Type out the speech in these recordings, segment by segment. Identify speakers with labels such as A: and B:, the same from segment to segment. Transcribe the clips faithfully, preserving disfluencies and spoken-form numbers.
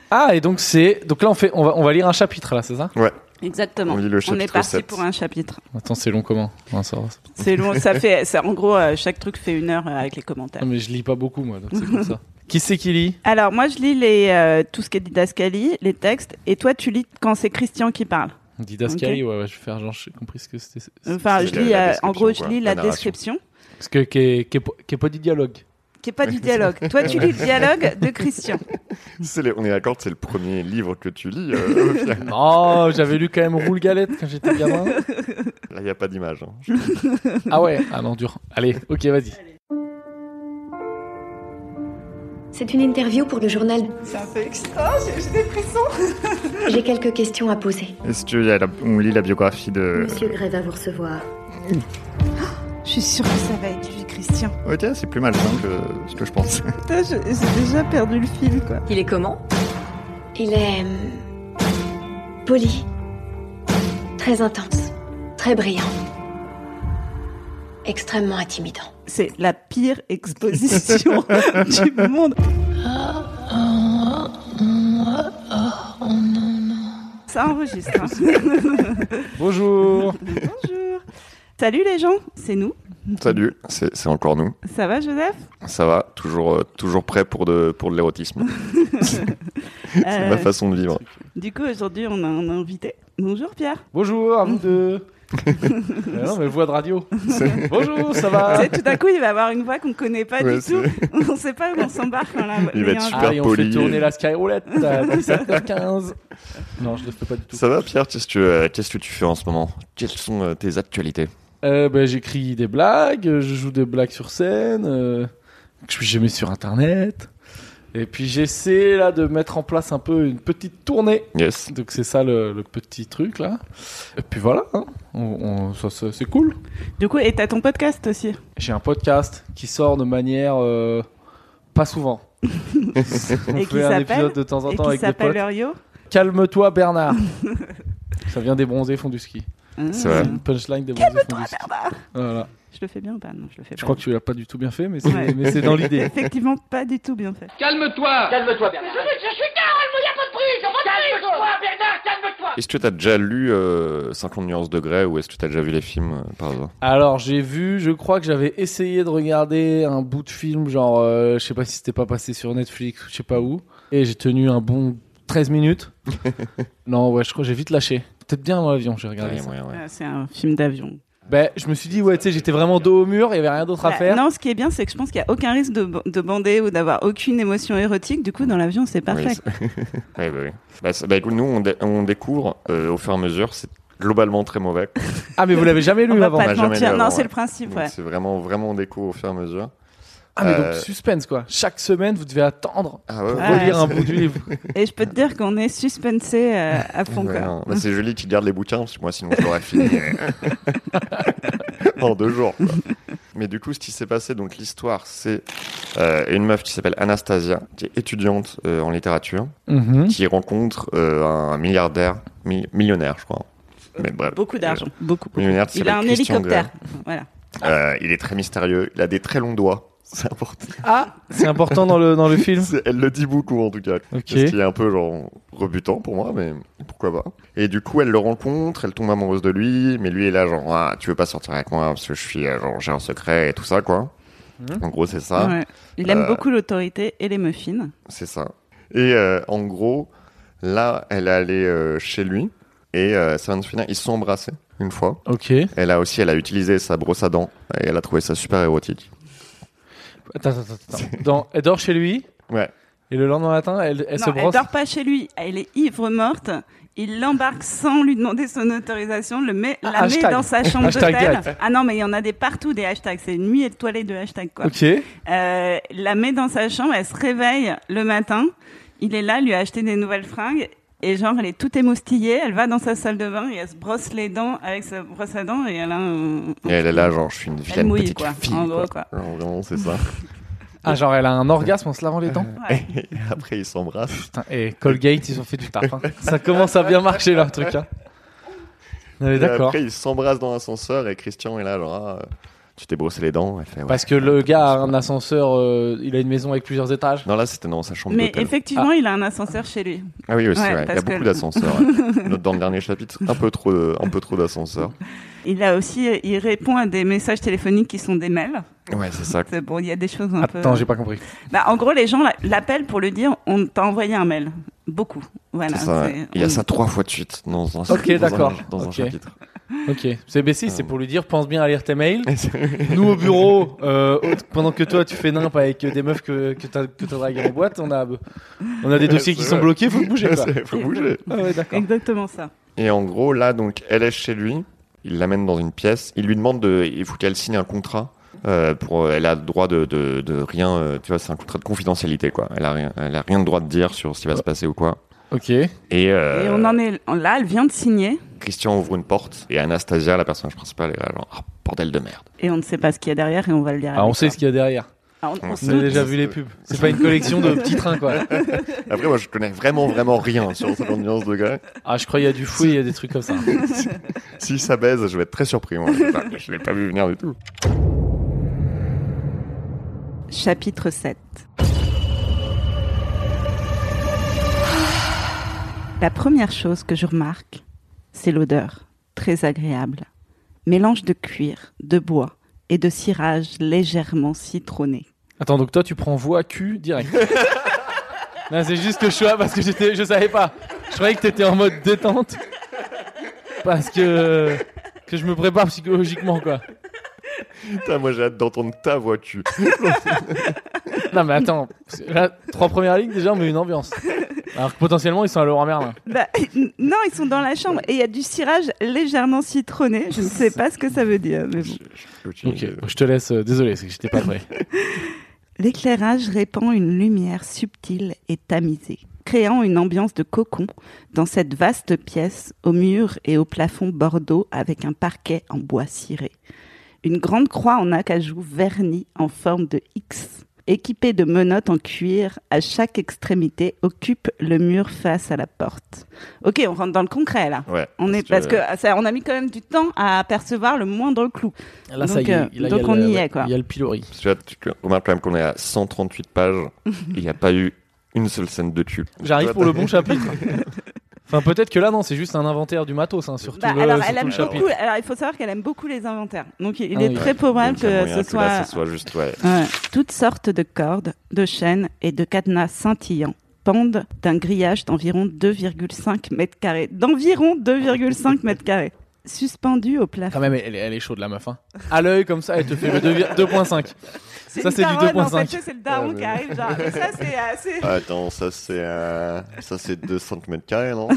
A: Ah, et donc c'est donc là on fait on va on va lire un chapitre là, c'est ça?
B: Ouais.
C: Exactement.
B: On lit le
C: On
B: chapitre
C: est parti
B: sept.
C: pour un chapitre.
A: Attends, c'est long comment? Non, ça va.
C: C'est long, ça fait ça, en gros euh, chaque truc fait une heure euh, avec les commentaires.
A: Non, mais je lis pas beaucoup moi, donc c'est pour ça. Qui c'est qui lit?
C: Alors moi je lis les euh, tout ce qui est didascalie, les textes, et toi tu lis quand c'est Christian qui parle.
A: Didascalie,
C: Ok.
A: ouais, ouais, je vais faire genre j'ai compris ce que c'était. c'est-
C: Enfin,
B: c'est
C: je
B: la-
C: lis
B: la
C: euh, en gros je
B: description,
C: lis
B: quoi,
C: la
B: la narration.
C: description,
A: Parce que qui est, qui est, pas- qui est pas du dialogue.
C: qui est pas du dialogue. Toi tu lis le dialogue de Christian.
B: C'est les- On est d'accord, c'est le premier livre que tu lis. euh, au final.
A: Non, j'avais lu quand même Roule Galette quand j'étais gamin.
B: Là, il n'y a pas d'image. hein.
A: Ah ouais, ah non, dur. Allez, ok, vas-y.
D: C'est une interview pour le journal.
C: C'est un peu extra, j'ai, j'ai des frissons.
D: J'ai quelques questions à poser.
B: Est-ce qu'on lit la biographie de...
D: Monsieur Gray va vous recevoir.
C: Je suis sûre que ça va être lui, Christian.
B: Ok, c'est plus mal hein, que ce que je pensais.
C: Putain, je- j'ai déjà perdu le fil quoi.
D: Il est comment? Il est... hum, poli. Très intense. Très brillant. Extrêmement intimidant.
C: C'est la pire exposition du monde. Ça enregistre. Hein.
A: Bonjour.
C: Bonjour. Salut les gens, c'est nous.
B: Salut, c'est c'est encore nous.
C: Ça va Joseph?
B: Ça va, toujours, euh, toujours prêt pour de, pour de l'érotisme. c'est
C: Euh,
B: ma façon de vivre.
C: Du coup aujourd'hui on a un invité. Bonjour Pierre.
A: Bonjour à vous deux. Euh, non, mais voix de radio. Bonjour, ça va?
C: Tu sais, tout d'un coup il va avoir une voix qu'on connaît pas
B: Ouais,
C: du tout. On sait pas où on s'embarque quand là.
B: Il va être super
A: Allez, on
B: poli.
A: fait tourner la skyroulette à dix-sept heures quinze. Non, je le fais pas du tout.
B: Ça va Pierre, qu'est-ce que, tu, euh, qu'est-ce que tu fais en ce moment? Quelles sont euh, tes actualités?
A: Euh, ben, j'écris des blagues, je joue des blagues sur scène, euh, que je mets sur internet. Et puis j'essaie là de mettre en place un peu une petite tournée.
B: Yes.
A: Donc c'est ça le, le petit truc là. Et puis voilà, hein. on, on- ça, ça- c'est cool.
C: Du coup et t'as ton podcast aussi.
A: J'ai un podcast qui sort de manière euh, pas souvent. on
C: Et
A: fait
C: qui
A: un
C: s'appelle
A: épisode de temps en
C: Et
A: temps
C: qui
A: avec des
C: s'appelle
A: potes.
C: Eurio.
A: Calme-toi Bernard. Ça vient des bronzés font du ski.
B: C'est vrai.
A: Une punchline des bronzés font du ski. Voilà.
C: Je le fais bien ou pas? Non, je le fais pas.
A: Je crois que tu l'as pas du tout bien fait, mais c'est,
C: Ouais.
A: mais c'est dans l'idée.
C: Effectivement, pas du tout bien fait.
E: Calme-toi Calme-toi, Bernard.
B: Est-ce que tu as déjà lu euh, cinquante nuances de Grey ou est-ce que tu as déjà vu les films euh, par hasard?
A: Alors j'ai vu, je crois que j'avais essayé de regarder un bout de film, genre euh, je sais pas si c'était pas passé sur Netflix ou je sais pas où, et j'ai tenu un bon treize minutes. Non ouais, je crois que j'ai vite lâché. Peut-être bien dans l'avion, j'ai regardé
B: Ouais,
A: ça.
B: ouais, ouais.
C: Euh, c'est un film d'avion.
A: Ben je me suis dit ouais, tu sais, j'étais vraiment dos au mur, il y avait rien d'autre à
C: Bah,
A: faire.
C: non, ce qui est bien, c'est que je pense qu'il n'y a aucun risque de, de bander ou d'avoir aucune émotion érotique. Du coup, dans l'avion, c'est parfait.
B: Oui, c'est- ouais, bah, oui. Bah, c'est- bah, écoute, nous, on, dé- on découvre euh, au fur et à mesure, c'est globalement très mauvais.
A: Ah mais vous l'avez jamais
C: On
A: lu
C: va
A: avant.
C: pas
B: On
C: te
B: l'a jamais
C: mentir.
B: lu
C: Non,
B: avant,
C: c'est
B: ouais.
C: le principe,
B: Donc,
C: ouais.
B: c'est vraiment, vraiment on découvre au fur et à mesure.
A: Ah mais
B: Euh,
A: donc suspense quoi. Chaque semaine vous devez attendre
B: Ah ouais,
A: pour
C: Ouais.
A: relire un bout du livre.
C: Et je peux te dire qu'on est suspensé euh, à fond,
B: Ouais,
C: quoi.
B: non. Bah, c'est joli qu'il garde les bouquins, parce que moi sinon je l'aurais fini euh, en deux jours. Quoi. Mais du coup, ce qui s'est passé, donc l'histoire, c'est euh, une meuf qui s'appelle Anastasia, qui est étudiante euh, en littérature,
A: Mhm.
B: qui rencontre euh, un milliardaire, mi- millionnaire, je crois. Mais bref.
C: Beaucoup d'argent, beaucoup. beaucoup.
B: Millionnaire qui
C: Il a un
B: s'appelle Christian
C: hélicoptère. Voilà.
B: Grey. Euh, il est très mystérieux, il a des très longs doigts. C'est important.
A: Ah, c'est important dans le dans le film.
B: C'est- Elle le dit beaucoup en tout cas.
A: Ok.
B: Ce qui est un peu genre rebutant pour moi, mais pourquoi pas. Et du coup, elle le rencontre, elle tombe amoureuse de lui, mais lui est là genre ah, tu veux pas sortir avec moi parce que je suis euh, genre j'ai un secret et tout ça quoi.
A: Mhm.
B: En gros, c'est ça.
C: Ouais. Il aime
B: Euh,
C: beaucoup l'autorité et les muffins.
B: C'est ça. Et euh, en gros, là, elle est allée euh, chez lui et euh, ça vient de se finir. Ils se sont embrassés une fois.
A: Ok.
B: Elle a aussi, elle a utilisé sa brosse à dents et elle a trouvé ça super érotique.
A: Attends, attends, attends. Dans, elle dort chez lui
B: Ouais.
A: et le lendemain matin, elle, elle
C: Non,
A: se
C: elle
A: brosse.
C: dort pas chez lui. Elle est ivre morte. Il l'embarque sans lui demander son autorisation, le met,
A: Ah,
C: la met
A: hashtag.
C: dans sa chambre
A: Hashtag
C: d'hôtel.
A: direct.
C: Ah non, mais il y en a des partout, des hashtags. C'est nuit et toilette de hashtags, quoi.
A: Ok.
C: Euh, la met dans sa chambre, elle se réveille le matin. Il est là, lui a acheté des nouvelles fringues. Et genre, elle est toute émoustillée. Elle va dans sa salle de bain et elle se brosse les dents avec sa brosse à dents. Et elle a un...
B: Et elle est là, genre, je suis une vilaine
C: mouille,
B: petite
C: quoi,
B: fille.
C: en gros, quoi.
B: Genre, vraiment, c'est ça.
A: Ah, genre, elle a un orgasme en se lavant les dents.
C: Ouais.
B: Et après, ils s'embrassent.
A: Putain, et Colgate, ils ont fait du taf. Hein. Ça commence à bien marcher, là, le truc. Hein. Ouais,
B: Et
A: d'accord.
B: après, ils s'embrassent dans l'ascenseur et Christian est là, genre, ah, Tu t'es brossé les dents? Elle fait, ouais.
A: Parce que le gars a un ascenseur, euh, il a une maison avec plusieurs étages.
B: Non, là, c'était dans sa chambre
C: Mais
B: d'hôtel.
C: effectivement,
A: Ah.
C: il a un ascenseur chez lui.
B: Ah oui, aussi,
C: Ouais,
B: ouais. Il y a
C: parce
B: beaucoup
C: que-
B: d'ascenseurs. Ouais. Dans le dernier chapitre, un peu trop, de- un peu trop d'ascenseurs.
C: Il a aussi, il répond à des messages téléphoniques qui sont des mails.
B: Ouais, c'est ça.
C: C'est bon, il y a des choses un peu.
A: Attends, j'ai pas compris.
C: Bah, en gros, les gens l'a- l'appellent pour lui dire, on t'a envoyé un mail. Beaucoup. Voilà.
B: C'est ça, ouais.
C: c'est-
B: Il y a
C: on-
B: ça trois fois de suite dans un,
A: Ok,
B: dans un-
A: d'accord.
B: dans un
A: Ok.
B: chapitre.
A: Ok. C'est B C, c'est pour lui dire, pense bien à lire tes mails.
B: Et c'est-
A: Nous au bureau, euh, pendant que toi tu fais nimp avec des meufs que, que t'as que t'as draguées en boîte, on a, on a des dossiers qui
B: C'est
A: sont
B: vrai.
A: bloqués, faut bouger quoi.
B: Il faut bouger.
A: Ah ouais, d'accord.
C: Exactement ça.
B: Et en gros, là, donc, elle est chez lui. Il l'amène dans une pièce. Il lui demande de, il faut qu'elle signe un contrat. Euh, pour, elle a le droit de, de, de rien. euh, tu vois, c'est un contrat de confidentialité, quoi. Elle a rien, elle a rien de droit de dire sur ce qui va se passer ou quoi.
A: Ok.
B: Et, euh,
C: Et on en est là, elle vient de signer
B: Christian ouvre une porte et Anastasia, la personnage principale, est là, genre, ah, bordel de merde.
C: et on ne sait pas ce qu'il y a derrière et on va le dire.
A: Ah, on
C: avec
A: sait
C: toi.
A: ce qu'il y a derrière.
C: Ah, on- on
B: On
C: se
A: On a
C: doute.
A: déjà vu les pubs. C'est pas une collection de petits trains quoi.
B: Après, moi, je connais vraiment, vraiment rien sur cette ambiance de gars.
A: Ah, je crois qu'il y a du fouet, il y a des trucs comme ça.
B: Si ça baise, je vais être très surpris, moi. Je l'ai pas vu venir du tout.
C: Chapitre sept. La première chose que je remarque, c'est l'odeur, très agréable. Mélange de cuir, de bois et de cirage légèrement citronné.
A: Attends, donc toi tu prends voix Q direct. Non, c'est juste que je suis là parce que j'étais, je savais pas. Je croyais que t'étais en mode détente. Parce que que je me prépare psychologiquement quoi.
B: Putain, moi, j'ai hâte d'entendre ta voix, tu.
A: Non mais attends, parce que là, trois premières lignes déjà on met une ambiance. Alors que potentiellement ils sont à Leroy Merlin.
C: Bah, non, ils sont dans la chambre et il y a du cirage légèrement citronné. Je ne sais pas ce que ça veut dire, mais bon.
A: Ok, je te laisse. euh, désolé, c'est que j'étais pas prêt.
C: L'éclairage répand une lumière subtile et tamisée, créant une ambiance de cocon dans cette vaste pièce aux murs et au plafond bordeaux avec un parquet en bois ciré. Une grande croix en acajou vernie en forme de X, équipée de menottes en cuir à chaque extrémité, occupe le mur face à la porte. Ok, on rentre dans le concret là.
B: Ouais.
C: On est parce que ça, on a mis quand même du temps à apercevoir le moindre clou.
A: Là ça
C: Donc,
A: y est,
C: euh,
A: là, il y a
C: donc
A: le-
C: on y
A: ouais,
C: est, quoi.
A: Il y a le pilori.
B: Parce que là, tu remarques quand même qu'on est à cent trente-huit pages. Il n'y a pas eu une seule scène de cul.
A: J'arrive pour le bon chapitre. Enfin peut-être que là non, c'est juste un inventaire du matos, hein, surtout
C: Bah,
A: le,
C: alors,
A: sur
C: elle
A: tout
C: aime
A: le chapitre.
C: beaucoup, alors, il faut savoir qu'elle aime beaucoup les inventaires. Donc, il
A: Ah
C: est
A: oui.
C: très probable
B: Donc, il y a
C: que
B: moyen
C: ce
B: que là,
C: soit,
B: ce soit juste, ouais.
C: Ouais. Toutes sortes de cordes, de chaînes et de cadenas scintillants pendent d'un grillage d'environ deux virgule cinq mètres carrés. D'environ deux virgule cinq mètres carrés. Suspendus au plafond.
A: Quand même, elle, est- elle est chaude la meuf. Hein. À l'œil comme ça, elle te fait le deux virgule cinq. Ça,
C: une
A: c'est du
C: daronne,
A: deux virgule
C: en fait,
A: cinq.
C: tu sais, c'est le daron
B: Ouais,
C: qui
B: mais-
C: arrive. Genre, mais ça, c'est assez.
B: Attends, ça c'est euh, ça c'est deux centimètres carrés, non?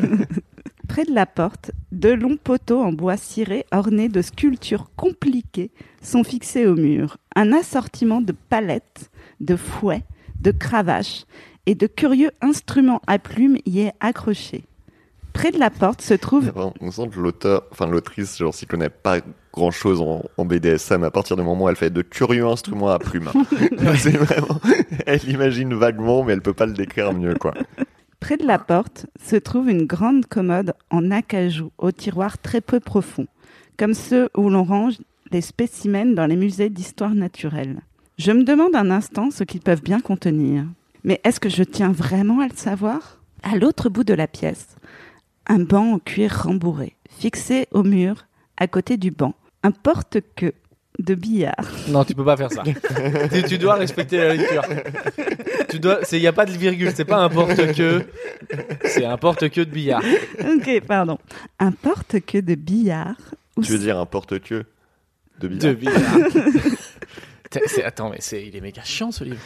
C: Près de la porte, de longs poteaux en bois ciré ornés de sculptures compliquées sont fixés au mur. Un assortiment de palettes, de fouets, de cravaches et de curieux instruments à plumes y est accroché. Près de la porte se trouve...
B: On sent que l'auteur, enfin l'autrice, genre s'y connaît pas grand chose en, en B D S M à partir du moment où elle fait de curieux instruments à plumes. C'est vraiment, elle imagine vaguement, mais elle peut pas le décrire mieux, quoi.
C: Près de la porte se trouve une grande commode en acajou au tiroir très peu profond, comme ceux où l'on range les spécimens dans les musées d'histoire naturelle. Je me demande un instant ce qu'ils peuvent bien contenir. Mais est-ce que je tiens vraiment à le savoir ? À l'autre bout de la pièce, un banc en cuir rembourré, fixé au mur, à côté du banc, un porte-queue de billard.
A: Non, tu peux pas faire ça. tu, tu dois respecter la lecture. Tu dois, c'est, y a pas de virgule, c'est pas un porte-queue, c'est un porte-queue de billard.
C: Ok, pardon. Un porte-queue de billard. où
B: Tu veux dire un porte-queue de billard?
A: De billard. T'as- c'est- attends, mais c'est, il est méga chiant ce livre.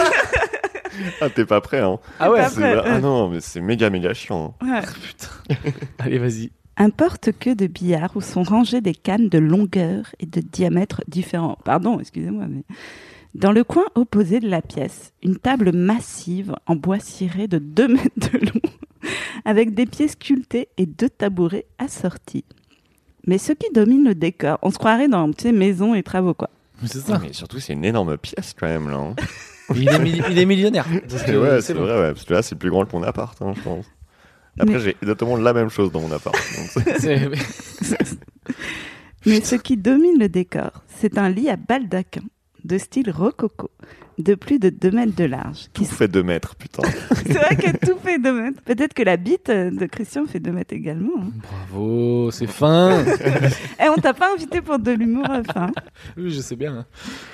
B: Ah, t'es pas prêt, hein?
A: Ah ouais.
C: Pas
B: C'est-
C: prêt.
B: Ah non, mais c'est méga méga chiant.
C: Ouais.
A: Putain. Allez, vas-y.
C: Un porte-queue de billard où sont rangées des cannes de longueur et de diamètre différents. Pardon, excusez-moi, mais... Dans le coin opposé de la pièce, une table massive en bois ciré de deux mètres de long, avec des pieds sculptés et deux tabourets assortis. Mais ce qui domine le décor, on se croirait dans, tu sais, maison et travaux, quoi.
A: Mais c'est ça.
B: Mais surtout, c'est une énorme pièce quand même, là. hein.
A: Il est, milli- il est millionnaire. Parce que
B: ouais,
A: c'est
B: c'est
A: le-
B: vrai, ouais, parce que là, c'est plus grand que mon appart, hein, je pense. Après,
C: Mais-
B: j'ai exactement la même chose dans mon appart. donc c'est-
A: c'est-
C: Mais ce qui domine le décor, C'est un lit à baldaquin de style rococo, de plus de deux mètres de large.
B: Tout
C: Qui...
B: fait deux mètres, putain.
C: C'est vrai que tout fait deux mètres. Peut-être que la bite de Christian fait deux mètres également. Hein.
A: Bravo, c'est fin.
C: Et on t'a pas invité pour de l'humour fin.
A: Oui, je sais bien.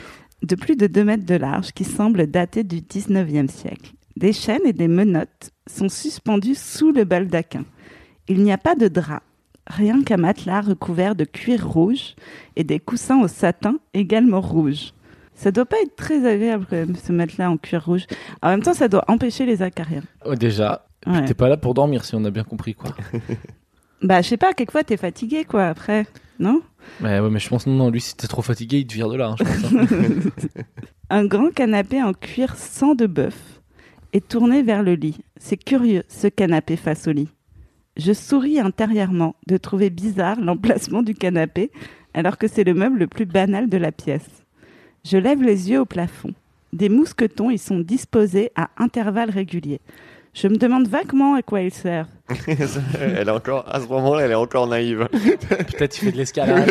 C: De plus de deux mètres de large qui semble dater du dix-neuvième siècle. Des chaînes et des menottes sont suspendues sous le baldaquin. Il n'y a pas de drap, rien qu'un matelas recouvert de cuir rouge et des coussins au satin également rouges. Ça doit pas être très agréable quand même, ce matelas en cuir rouge. En même temps, ça doit empêcher les acariens.
A: Oh, déjà,
C: Ouais.
A: t'es pas là pour dormir si on a bien compris quoi.
C: Bah, je sais pas, quelquefois t'es fatigué quoi après, non?
A: Ouais, ouais, mais je pense non, non, lui si t'es trop fatigué, il te vire de là. Hein, je pense, hein.
C: Un grand canapé en cuir sang de bœuf est tourné vers le lit. C'est curieux, ce canapé face au lit. Je souris intérieurement de trouver bizarre l'emplacement du canapé alors que c'est le meuble le plus banal de la pièce. Je lève les yeux au plafond. Des mousquetons y sont disposés à intervalles réguliers. Je me demande vaguement à quoi ils servent.
B: Elle est encore, à ce moment-là, elle est encore naïve.
A: Peut-être il fait de l'escalade.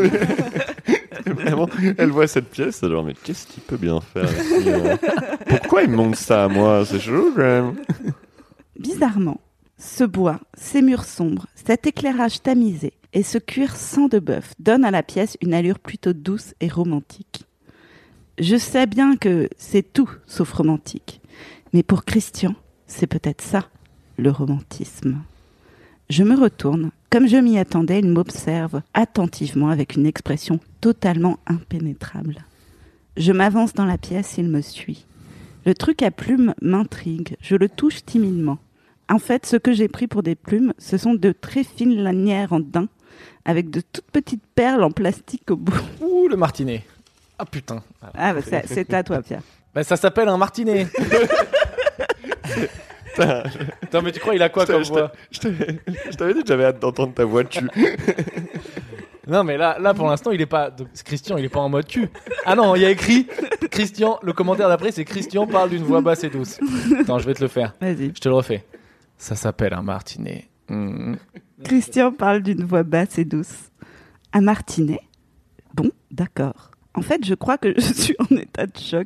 B: Vraiment, elle voit cette pièce, elle est genre, mais qu'est-ce qu'il peut bien faire ici, hein Pourquoi il me montre ça à moi? C'est chelou quand même.
C: Bizarrement, ce bois, ces murs sombres, cet éclairage tamisé et ce cuir sang de bœuf donnent à la pièce une allure plutôt douce et romantique. Je sais bien que c'est tout sauf romantique, mais pour Christian, c'est peut-être ça, le romantisme. Je me retourne. Comme je m'y attendais, il m'observe attentivement avec une expression totalement impénétrable. Je m'avance dans la pièce, il me suit. Le truc à plumes m'intrigue. Je le touche timidement. En fait, ce que j'ai pris pour des plumes, ce sont de très fines lanières en daim, avec de toutes petites perles en plastique au bout.
A: Ouh, le martinet. Ah putain.
C: Ah, bah, c'est, c'est à toi, Pierre.
A: Bah, ça s'appelle un martinet. Attends, mais tu crois il a quoi
B: Je
A: comme
B: t'a-
A: voix?
B: je t'avais je t'avais dit que j'avais hâte d'entendre ta voix dessus.
A: Non, mais là, là pour l'instant, il est pas. de- Christian, il est pas en mode cul. Ah non, il y a écrit Christian. Le commentaire d'après, c'est Christian parle d'une voix basse et douce. Attends, je vais te le faire.
C: Vas-y.
A: Je te le refais. Ça s'appelle un martinet. Mmh.
C: Christian parle d'une voix basse et douce. Un martinet? Bon, d'accord. En fait, je crois que je suis en état de choc.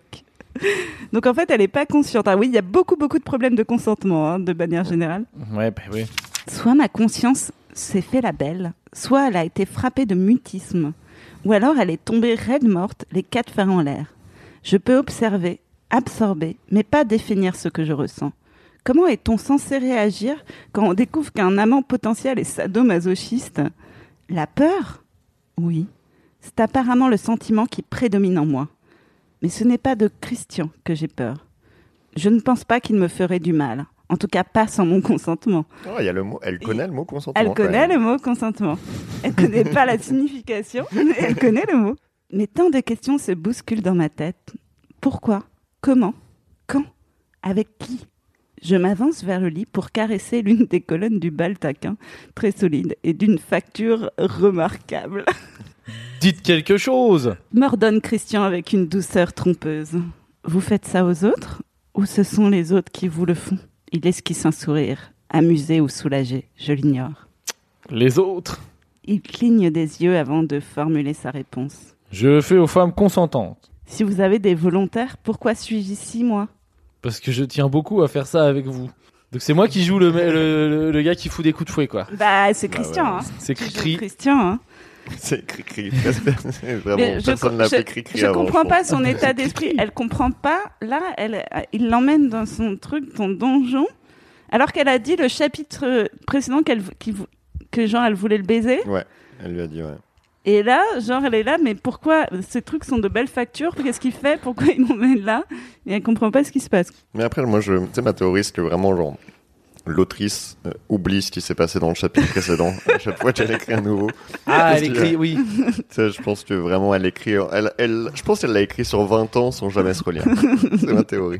C: Donc en fait, elle n'est pas consciente. Ah oui, il y a beaucoup, beaucoup de problèmes de consentement, hein, de manière générale.
A: Ouais, bah oui.
C: Soit ma conscience s'est fait la belle, soit elle a été frappée de mutisme, ou alors elle est tombée raide morte, les quatre fers en l'air. Je peux observer, absorber, mais pas définir ce que je ressens. Comment est-on censé réagir quand on découvre qu'un amant potentiel est sadomasochiste? La peur? Oui. C'est apparemment le sentiment qui prédomine en moi. Mais ce n'est pas de Christian que j'ai peur. Je ne pense pas qu'il me ferait du mal. En tout cas, pas sans mon consentement.
B: Oh, il y a le mot, elle connaît le mot consentement.
C: Elle
B: quand
C: connaît
B: même.
C: le mot consentement. Elle connaît pas la signification, mais elle connaît le mot. Mais tant de questions se bousculent dans ma tête. Pourquoi? Comment? Quand? Avec qui? Je m'avance vers le lit pour caresser l'une des colonnes du baldaquin, très solide et d'une facture remarquable.
A: Dites quelque chose.
C: M'ordonne Christian avec une douceur trompeuse. Vous faites ça aux autres? Ou ce sont les autres qui vous le font? Il esquisse un sourire, amusé ou soulagé, je l'ignore.
A: Les autres.
C: Il cligne des yeux avant de formuler sa réponse.
A: Je fais aux femmes consentantes.
C: Si vous avez des volontaires, pourquoi suis-je ici, moi?
A: Parce que je tiens beaucoup à faire ça avec vous. Donc c'est moi qui joue le, le, le, le gars qui fout des coups de fouet, quoi.
C: Bah, c'est Christian,
B: ouais.
C: hein.
A: C'est
C: Qui joue
A: cri-cri.
C: Christian, hein.
B: C'est cri-cri. Vraiment,
C: Mais je,
B: personne n'a
C: je-
B: fait cri-cri
C: je
B: avant.
C: comprends
B: je
C: pas
B: pense.
C: son état d'esprit. Elle comprend pas. Là, elle, il l'emmène dans son truc, son donjon, alors qu'elle a dit le chapitre précédent qu'elle, qu'il vou- que genre elle voulait le baiser.
B: Ouais, elle lui a dit, ouais.
C: Et là, genre elle est là, mais pourquoi ces trucs sont de belles factures? Qu'est-ce qu'il fait? Pourquoi il m'emmène là? Et elle comprend pas ce qui se passe.
B: Mais après, moi, je, tu sais, ma théorie, c'est que vraiment, genre, l'autrice euh, oublie ce qui s'est passé dans le chapitre précédent. À chaque fois qu'elle écrit un nouveau.
A: Ah,
B: Parce
A: elle
B: que-
A: écrit, oui.
B: Tu sais, je pense que vraiment, elle écrit, elle, elle, je pense qu'elle l'a écrit sur vingt ans sans jamais se relire. C'est ma théorie.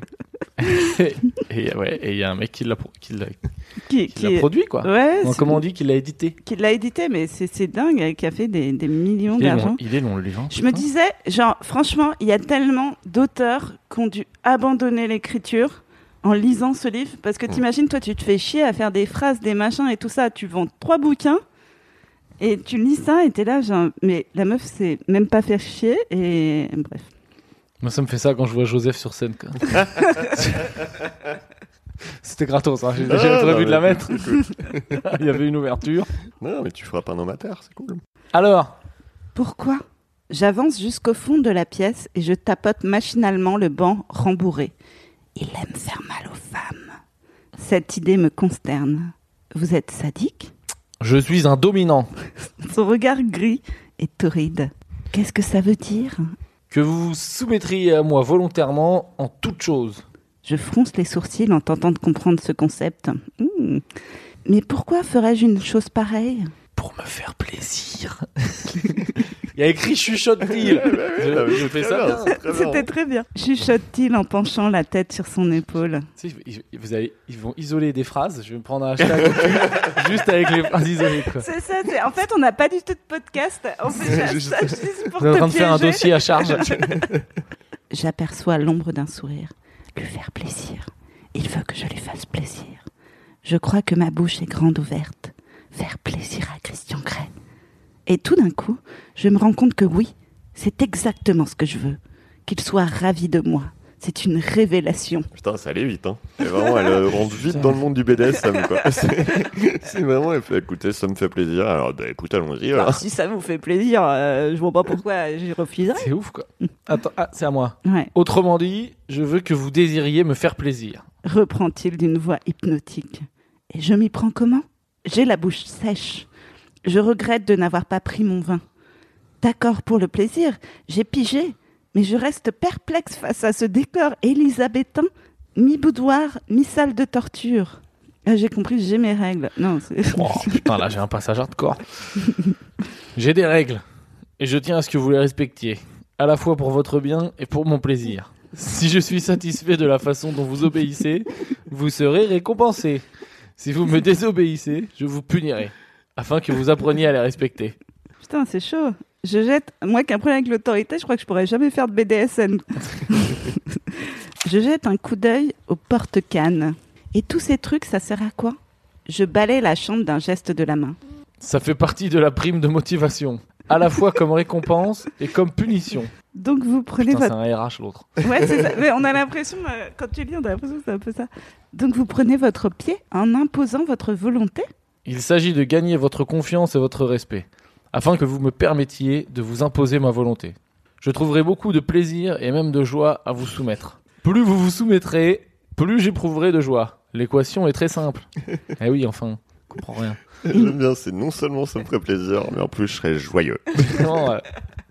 A: Et ouais, et il y a un mec qui l'a, pro- qui l'a,
C: Qui,
A: qui l'a produit, quoi.
C: Ouais,
A: Non,
C: c'est-
A: comment on dit qu'il l'a édité?
C: qui l'a édité, mais c'est, c'est dingue, qui a fait des, des millions
A: Il est
C: d'argent.
A: long, il est long, les gens.
C: Je me disais, genre, franchement, il y a tellement d'auteurs qui ont dû abandonner l'écriture en lisant ce livre. Parce que t'imagines, toi, tu te fais chier à faire des phrases, des machins et tout ça. Tu vends trois bouquins Et tu lis ça et t'es là, genre, mais la meuf s'est même pas fait chier et bref.
A: Moi, ça me fait ça quand je vois Joseph sur scène. Quoi. C'était gratos, hein. J'ai,
B: Ah,
A: j'avais prévu
B: non,
A: de la
B: mais
A: mettre.
B: c'est cool.
A: Il y avait une ouverture.
B: Non, mais tu frappes un nomateur, c'est cool.
A: Alors,
C: Pourquoi ? J'avance jusqu'au fond de la pièce et je tapote machinalement le banc rembourré. Il aime faire mal aux femmes. Cette idée me consterne. Vous êtes sadique ?
A: je suis un dominant.
C: Son regard gris est torride. Qu'est-ce que ça veut dire ?
A: Que vous vous soumettriez à moi volontairement en toute chose.
C: Je fronce les sourcils en tentant de comprendre ce concept. Hmm. Mais pourquoi ferais-je une chose pareille ?
A: Pour me faire plaisir. Il y a écrit chuchote-t-il. je, je fais ça bien.
B: c'est très bien.
C: C'était très bien. Chuchote-t-il en penchant la tête sur son épaule.
A: Tu sais, ils- vous allez, ils vont isoler des phrases. Je vais me prendre un hashtag juste avec les phrases isolées. Quoi.
C: C'est ça, c'est... en fait, on n'a pas du tout de podcast. On fait juste ça juste pour
A: Vous êtes en
C: te
A: train de faire un
C: piéger.
A: dossier à charge.
C: J'aperçois l'ombre d'un sourire. Lui faire plaisir. Il veut que je lui fasse plaisir. Je crois que ma bouche est grande ouverte. Faire plaisir à Christian Grey. Et tout d'un coup, je me rends compte que oui, c'est exactement ce que je veux. Qu'il soit ravi de moi. C'est une révélation.
B: Putain, ça allait vite, hein. Et vraiment, elle euh, rentre vite dans le monde du B D S M, quoi. C'est, c'est vraiment, elle fait, écoutez, ça me fait plaisir. Alors, bah, écoute, allons-y, alors.
C: Alors, si ça vous fait plaisir, euh, je vois pas pourquoi j'y refuserais.
A: C'est ouf, quoi. Attends, ah, c'est à moi.
C: Ouais.
A: Autrement dit, je veux que vous désiriez me faire plaisir.
C: Reprend-il d'une voix hypnotique. Et je m'y prends comment ? J'ai la bouche sèche. Je regrette de n'avoir pas pris mon vin. D'accord pour le plaisir, j'ai pigé, mais je reste perplexe face à ce décor élisabétain, mi-boudoir, mi-salle de torture. Ah, j'ai compris, j'ai mes règles. Non, c'est...
A: Oh putain, là j'ai un passage hardcore. J'ai des règles, et je tiens à ce que vous les respectiez, à la fois pour votre bien et pour mon plaisir. Si je suis satisfait de la façon dont vous obéissez, vous serez récompensé. Si vous me désobéissez, je vous punirai, afin que vous appreniez à les respecter.
C: Putain, c'est chaud. Je jette... Moi qui ai un problème avec l'autorité, je crois que je pourrais jamais faire de B D S M. Je jette un coup d'œil aux porte-cannes. Et tous ces trucs, ça sert à quoi ? Je balaye la chambre d'un geste de la main.
A: Ça fait partie de la prime de motivation, à la fois comme récompense et comme punition.
C: Donc vous prenez
A: Putain, c'est
C: votre...
A: un R H l'autre.
C: Ouais, c'est ça. Mais on a l'impression, euh, quand tu lis, on a l'impression que c'est un peu ça. Donc vous prenez votre pied en imposant votre volonté ?
A: Il s'agit de gagner votre confiance et votre respect, afin que vous me permettiez de vous imposer ma volonté. Je trouverai beaucoup de plaisir et même de joie à vous soumettre. Plus vous vous soumettrez, plus j'éprouverai de joie. L'équation est très simple. Eh oui, enfin, je comprends rien.
B: J'aime bien, c'est non seulement ça me ferait plaisir, mais en plus, je serais joyeux.
A: Non, ouais.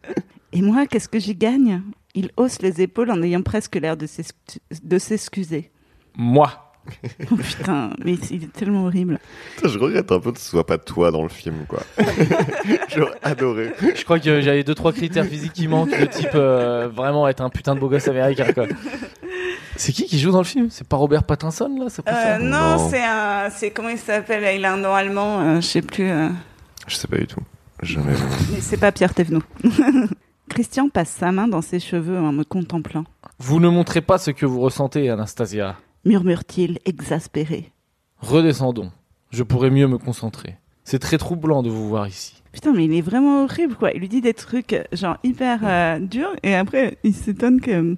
C: Et moi, qu'est-ce que j'y gagne ? Il hausse les épaules en ayant presque l'air de, s'excu- de s'excuser.
A: Moi.
C: Oh putain, mais il est tellement horrible.
B: Putain, je regrette un peu que ce soit pas toi dans le film, quoi. J'aurais adoré.
A: Je crois que j'avais deux trois critères physiques qui manquent, de type euh, vraiment être un putain de beau gosse américain, quoi. C'est qui qui joue dans le film ? C'est pas Robert Pattinson, là ? C'est pas
C: Euh,
A: ça
C: non,
B: Non.
C: c'est un... C'est comment il s'appelle ? Il a un nom allemand, euh, je sais plus... euh,
B: Je sais pas du tout. Jamais vu.
C: Mais c'est pas Pierre Thévenoud. Christian passe sa main dans ses cheveux en me contemplant.
A: Vous ne montrez pas ce que vous ressentez, Anastasia.
C: Murmure-t-il, exaspéré.
A: Redescendons. Je pourrais mieux me concentrer. C'est très troublant de vous voir ici.
C: Putain, mais il est vraiment horrible, quoi. Il lui dit des trucs, genre, hyper euh, durs, et après, il s'étonne que...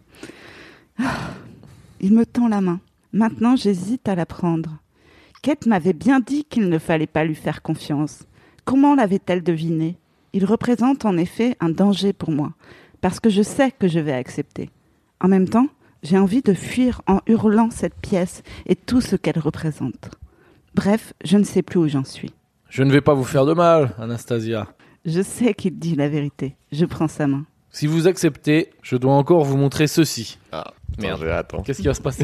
C: Ah. Il me tend la main. Maintenant, j'hésite à la prendre. Kate m'avait bien dit qu'il ne fallait pas lui faire confiance. Comment l'avait-elle deviné ? Il représente en effet un danger pour moi, parce que je sais que je vais accepter. En même temps, j'ai envie de fuir en hurlant cette pièce et tout ce qu'elle représente. Bref, je ne sais plus où j'en suis.
A: Je ne vais pas vous faire de mal, Anastasia.
C: Je sais qu'il dit la vérité. Je prends sa main.
A: Si vous acceptez, je dois encore vous montrer ceci.
B: Ah, putain,
A: Merde.
B: j'ai hâte, hein.
A: Qu'est-ce qui va se passer ?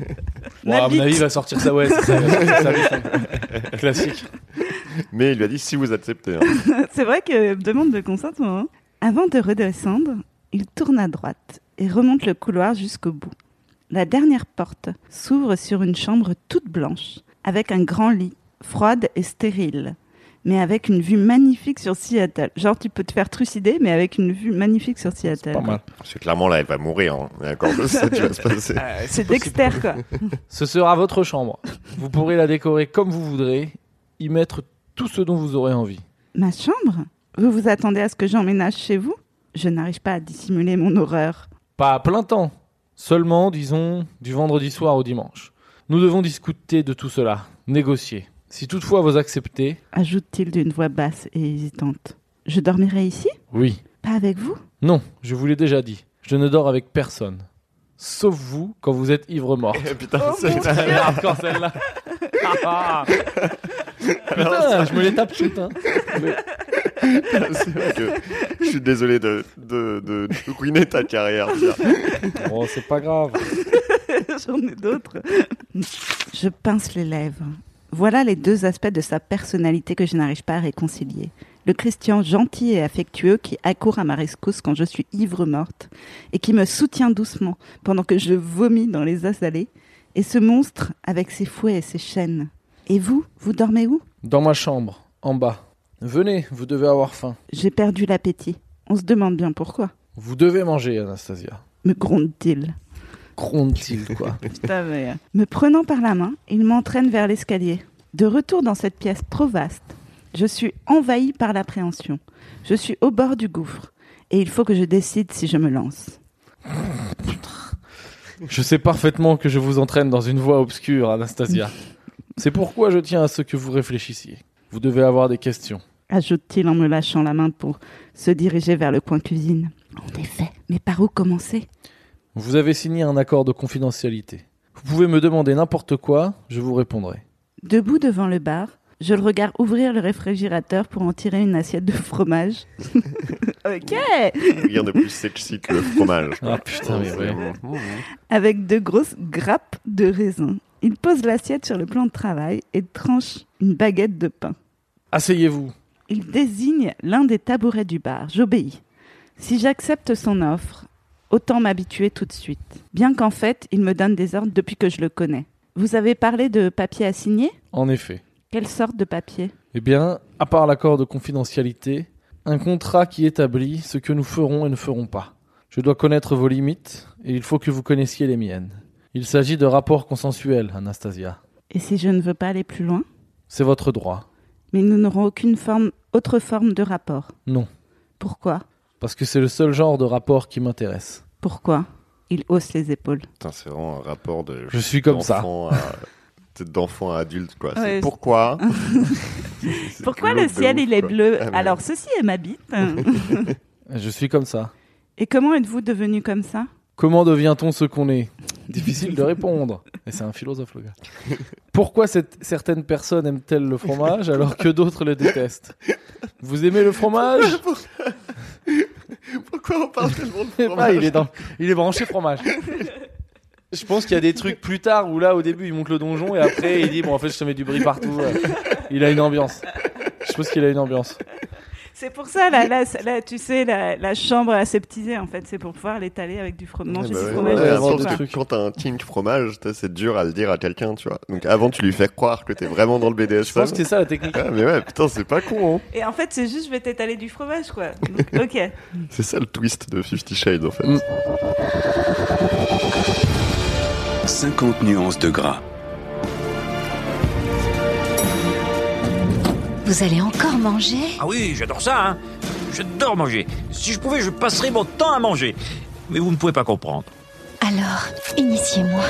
A: Bon,
C: Ma
A: à mon
C: bite.
A: avis, il va sortir ça, ouais, c'est ça, il va sortir ça vite, hein. Classique.
B: Mais il lui a dit si vous acceptez. Hein.
C: C'est vrai que demande de consentement. Hein. Avant de redescendre, il tourne à droite et remonte le couloir jusqu'au bout. La dernière porte s'ouvre sur une chambre toute blanche, avec un grand lit, froide et stérile, mais avec une vue magnifique sur Seattle. Genre, tu peux te faire trucider, mais avec une vue magnifique sur Seattle.
A: Pas mal.
B: Parce que clairement, là, elle va mourir. Hein. D'accord, c'est ça qui va se passer.
C: C'est Dexter, quoi.
A: Ce sera votre chambre. Vous pourrez la décorer comme vous voudrez, y mettre tout ce dont vous aurez envie.
C: Ma chambre ? Vous vous attendez à ce que j'emménage chez vous ? Je n'arrive pas à dissimuler mon horreur.
A: Pas à plein temps. Seulement, disons, du vendredi soir au dimanche. Nous devons discuter de tout cela, négocier. Si toutefois vous acceptez...
C: Ajoute-t-il d'une voix basse et hésitante. Je dormirai ici ?
A: Oui.
C: Pas avec vous ?
A: Non, je vous l'ai déjà dit. Je ne dors avec personne. Sauf vous, quand vous êtes ivre mort.
B: Eh, putain,
C: Oh
B: c'est
C: mon
B: ça.
C: Dieu.
A: Encore celle-là. Ah. Putain, je me les tape toutes. Hein. Mais-
B: C'est vrai que je suis désolé de, de, de, de ruiner ta carrière. Pierre.
A: Bon, c'est pas grave.
C: J'en ai d'autres. Je pince les lèvres. Voilà les deux aspects de sa personnalité que je n'arrive pas à réconcilier. Le Christian gentil et affectueux qui accourt à ma rescousse quand je suis ivre morte et qui me soutient doucement pendant que je vomis dans les azalées. Et ce monstre avec ses fouets et ses chaînes. Et vous, vous dormez où ?
A: Dans ma chambre, en bas. Venez, vous devez avoir faim.
C: J'ai perdu l'appétit. On se demande bien pourquoi.
A: Vous devez manger, Anastasia.
C: Me gronde-t-il.
A: Gronde-t-il, quoi.
C: Putain, mais... Me prenant par la main, il m'entraîne vers l'escalier. De retour dans cette pièce trop vaste, je suis envahie par l'appréhension. Je suis au bord du gouffre. Et il faut que je décide si je me lance.
A: Je sais parfaitement que je vous entraîne dans une voie obscure, Anastasia. C'est pourquoi je tiens à ce que vous réfléchissiez. Vous devez avoir des questions.
C: Ajoute-t-il en me lâchant la main pour se diriger vers le coin cuisine. En effet, mais par où commencer ?
A: Vous avez signé un accord de confidentialité. Vous pouvez me demander n'importe quoi, je vous répondrai.
C: Debout devant le bar, je le regarde ouvrir le réfrigérateur pour en tirer une assiette de fromage. Ok.
B: Rien de plus sexy que le fromage.
A: Ah putain, mais ouais.
C: Avec de grosses grappes de raisin. Il pose l'assiette sur le plan de travail et tranche une baguette de pain.
A: Asseyez-vous.
C: Il désigne l'un des tabourets du bar. J'obéis. Si j'accepte son offre, autant m'habituer tout de suite. Bien qu'en fait, il me donne des ordres depuis que je le connais. Vous avez parlé de papier à signer ?
A: En effet.
C: Quelle sorte de papier ?
A: Eh bien, à part l'accord de confidentialité, un contrat qui établit ce que nous ferons et ne ferons pas. Je dois connaître vos limites et il faut que vous connaissiez les miennes. Il s'agit de rapports consensuels, Anastasia.
C: Et si je ne veux pas aller plus loin ?
A: C'est votre droit.
C: Mais nous n'aurons aucune forme, autre forme de rapport.
A: Non,
C: Pourquoi ?
A: parce que c'est le seul genre de rapport qui m'intéresse.
C: Pourquoi ? Il hausse les épaules.
B: Putain, c'est vraiment un rapport de.
A: Je suis comme ça.
B: d'enfant à- peut-être d'enfant à adulte, quoi. C'est
C: Ouais.
B: pourquoi C'est
C: Pourquoi
B: glauque
C: le
B: de
C: ciel
B: ouf,
C: il est
B: quoi.
C: bleu ?
B: Ah, mais-
C: Alors ceci est ma bite.
A: Je suis comme ça.
C: Et comment êtes-vous devenu comme ça ?
A: Comment devient-on ce qu'on est ? Difficile de répondre. Et c'est un philosophe, le gars. Pourquoi cette- certaines personnes aiment-elles le fromage alors que d'autres le détestent ? Vous aimez le fromage ?
B: Pourquoi on parle tellement de
A: Je sais pas,
B: fromage
A: il est, dans... il est branché fromage. Je pense qu'il y a des trucs plus tard où là, au début, il monte le donjon et après, il dit bon, en fait, je te mets du bris partout. Il a une ambiance. Je pense qu'il a une ambiance.
C: C'est pour ça, là, là, là, tu sais, la, la chambre aseptisée, en fait, c'est pour pouvoir l'étaler avec du fromage.
B: Ouais,
C: Manger
B: bah
C: du
B: ouais,
C: fromage.
B: ouais,
A: ouais,
B: je
A: avoir
B: pense
A: des
B: que
A: trucs.
B: quand t'as un kink fromage, t'as- c'est dur à le dire à quelqu'un, tu vois. Donc avant, tu lui fais croire que t'es vraiment dans le B D S M.
A: Je pense que c'est ça la technique.
B: Ah, mais ouais, putain, c'est pas con, hein.
C: Et en fait, c'est juste, je vais t'étaler du fromage, quoi. Donc, ok.
B: C'est ça le twist de Fifty Shades, en fait.
A: Mm.
F: cinquante nuances de gras.
G: Vous allez encore manger ?
E: Ah oui, j'adore ça, hein. J'adore manger. Si je pouvais, je passerais mon temps à manger. Mais vous ne pouvez pas comprendre.
G: Alors, initiez-moi.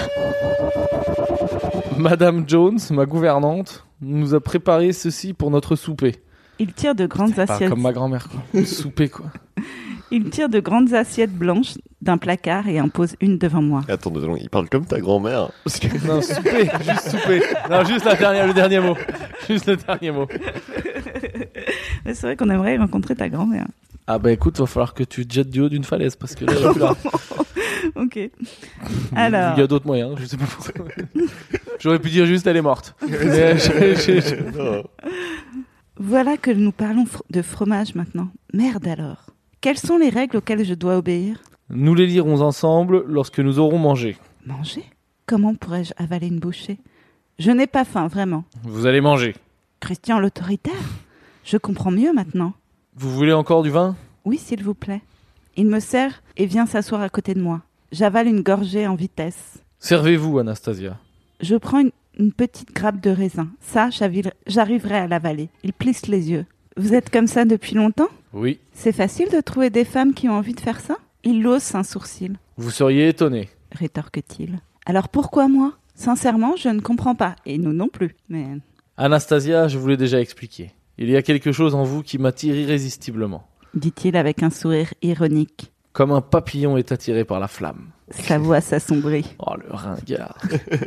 A: Madame Jones, ma gouvernante, nous a préparé ceci pour notre souper.
C: Il tire de grandes
A: Pas
C: assiettes.
A: comme ma grand-mère, quoi. Le souper, quoi.
C: Il tire de grandes assiettes blanches d'un placard et en pose une devant moi.
B: Attends, deux secondes, il parle comme ta grand-mère. Parce que...
A: Non, souper, juste souper. Non, juste la dernière, le dernier mot. Juste le dernier mot.
C: Mais c'est vrai qu'on aimerait rencontrer ta grand-mère.
A: Ah bah écoute, va falloir que tu te jettes du haut d'une falaise parce que là, elle est plus là.
C: Ok. Alors,
A: Il y a d'autres moyens, je sais pas pourquoi. J'aurais pu dire juste elle est morte. Mais je- je- je-
B: Non.
C: voilà que nous parlons fr- de fromage maintenant. Merde alors. Quelles sont les règles auxquelles je dois obéir ?
A: Nous les lirons ensemble lorsque nous aurons mangé.
C: Manger ? Comment pourrais-je avaler une bouchée ? Je n'ai pas faim, vraiment.
A: Vous allez manger.
C: Christian l'autoritaire ? Je comprends mieux maintenant.
A: Vous voulez encore du vin ?
C: Oui, s'il vous plaît. Il me sert et vient s'asseoir à côté de moi. J'avale une gorgée en vitesse.
A: Servez-vous, Anastasia.
C: Je prends une, une petite grappe de raisin. Ça, j'avi- j'arriverai à l'avaler. Il plisse les yeux. Vous êtes comme ça depuis longtemps ?
A: Oui.
C: C'est facile de trouver des femmes qui ont envie de faire ça ? Il hausse un sourcil,
A: Vous seriez étonné.
C: rétorque-t-il. Alors pourquoi moi ? Sincèrement, je ne comprends pas. Et nous non plus. Mais
A: Anastasia, je vous l'ai déjà expliqué. Il y a quelque chose en vous qui m'attire irrésistiblement.
C: dit-il avec un sourire ironique.
A: Comme un papillon est attiré par la flamme.
C: Sa voix s'assombrit.
A: Oh, le ringard.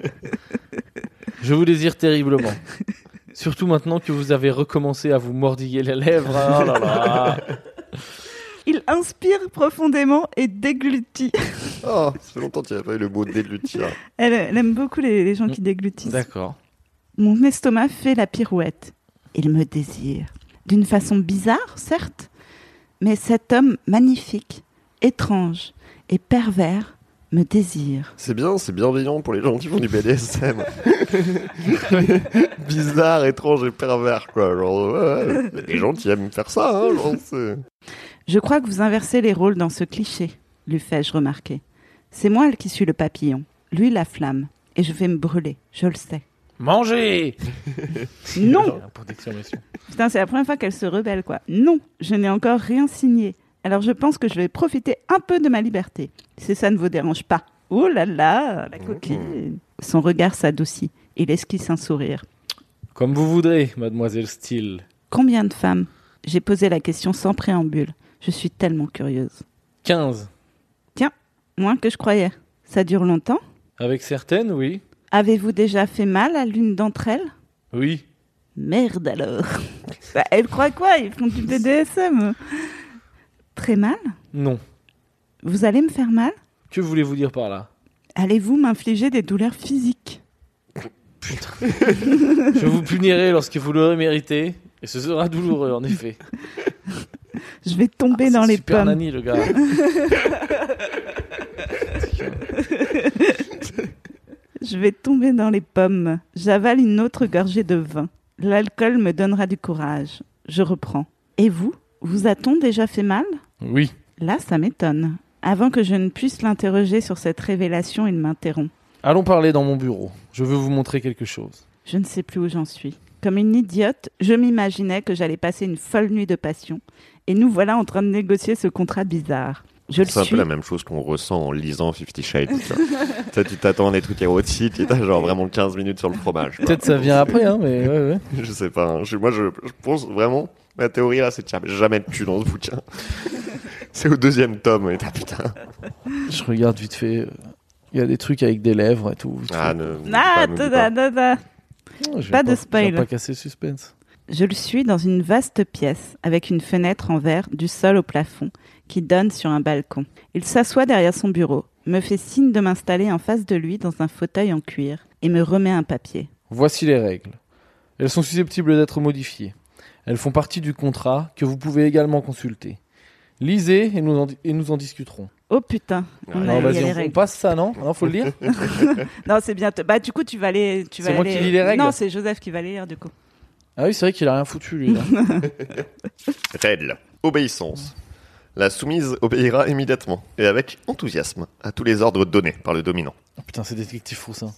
A: Je vous désire terriblement. Surtout maintenant que vous avez recommencé à vous mordiller les lèvres. Oh là là.
C: Il inspire profondément et déglutit.
B: Oh, ça fait longtemps qu'il n'y a pas eu le mot déglutir.
C: Elle, elle aime beaucoup les, les gens qui déglutissent.
A: D'accord.
C: Mon estomac fait la pirouette. Il me désire. D'une façon bizarre, certes, mais cet homme magnifique, étrange et pervers me désire.
B: C'est bien, c'est bienveillant pour les gens qui font du B D S M. Bizarre, étrange et pervers, quoi. Genre, ouais, ouais, les gens qui aiment faire ça, hein, genre, c'est...
C: Je crois que vous inversez les rôles dans ce cliché, lui fais-je remarquer. C'est moi qui suis le papillon, lui la flamme, et je vais me brûler, je le sais.
A: Mangez.
C: Non.
A: Pour d'exclamation.
C: Putain, c'est la première fois qu'elle se rebelle, quoi. Non, je n'ai encore rien signé. Alors je pense que je vais profiter un peu de ma liberté, si ça ne vous dérange pas. Oh là là, la coquine. Son regard s'adoucit. Il esquisse un sourire.
A: Comme vous voudrez, mademoiselle Steele.
C: Combien de femmes ? J'ai posé la question sans préambule. Je suis tellement curieuse.
A: quinze.
C: Tiens, moins que je croyais. Ça dure longtemps ?
A: Avec certaines, oui.
C: Avez-vous déjà fait mal à l'une d'entre elles ?
A: Oui.
C: Merde alors. Bah, elle croit quoi ? Ils font du B D S M. Très mal ?
A: Non.
C: Vous allez me faire mal ?
A: Que voulez-vous dire par là ?
C: Allez-vous m'infliger des douleurs physiques ?
A: Putain. Je vous punirai lorsque vous l'aurez mérité. Et ce sera douloureux, en effet.
C: Je vais tomber
A: Ah,
C: dans
A: c'est
C: les
A: super
C: pommes.
A: Nani, le gars.
C: Je vais tomber dans les pommes. J'avale une autre gorgée de vin. L'alcool me donnera du courage. Je reprends. Et vous ? Vous a-t-on déjà fait mal ?
A: Oui.
C: Là, ça m'étonne. Avant que je ne puisse l'interroger sur cette révélation, il m'interrompt.
A: Allons parler dans mon bureau. Je veux vous montrer quelque chose.
C: Je ne sais plus où j'en suis. Comme une idiote, je m'imaginais que j'allais passer une folle nuit de passion. Et nous voilà en train de négocier ce contrat bizarre. Je le
B: C'est un
C: suis.
B: peu la même chose qu'on ressent en lisant Fifty Shades. Tu vois. Toi, tu t'attends à des trucs érotiques et t'as genre vraiment quinze minutes sur le fromage. quoi.
A: Peut-être ça vient après, hein, mais ouais, ouais.
B: Je sais pas. hein. Je- moi, je, je pense vraiment, ma théorie là, c'est qu'il n'y a jamais de cul dans ce bouquin. C'est au deuxième tome. Et t'as putain.
A: Je regarde vite fait. Il y a des trucs avec des lèvres et tout. vite
B: Ah,
A: fait.
B: ne, ne dis
C: Ah,
B: pas, ne dis
C: da,
B: pas.
C: da, da.
A: Non, je vais
C: pas de spoil.
A: Je vais pas casser le suspense.
C: Je le suis dans une vaste pièce avec une fenêtre en verre du sol au plafond qui donne sur un balcon. Il s'assoit derrière son bureau, me fait signe de m'installer en face de lui dans un fauteuil en cuir et me remet un papier.
A: Voici les règles. Elles sont susceptibles d'être modifiées. Elles font partie du contrat que vous pouvez également consulter. Lisez et nous en, et nous en discuterons.
C: Oh putain, on a-
A: Alors
C: il y a
A: vas-y,
C: les
A: on, on
C: règles.
A: passe ça, non Non, faut le lire.
C: Non, c'est bien. Bah du coup, tu vas aller. Tu vas
A: C'est moi
C: aller-
A: qui lis les règles
C: Non, c'est Joseph qui va les lire du coup.
A: Ah oui, c'est vrai qu'il a rien foutu, lui. Là.
B: Règle. Obéissance. La soumise obéira immédiatement et avec enthousiasme à tous les ordres donnés par le dominant.
A: Oh, putain, c'est détective Froussin.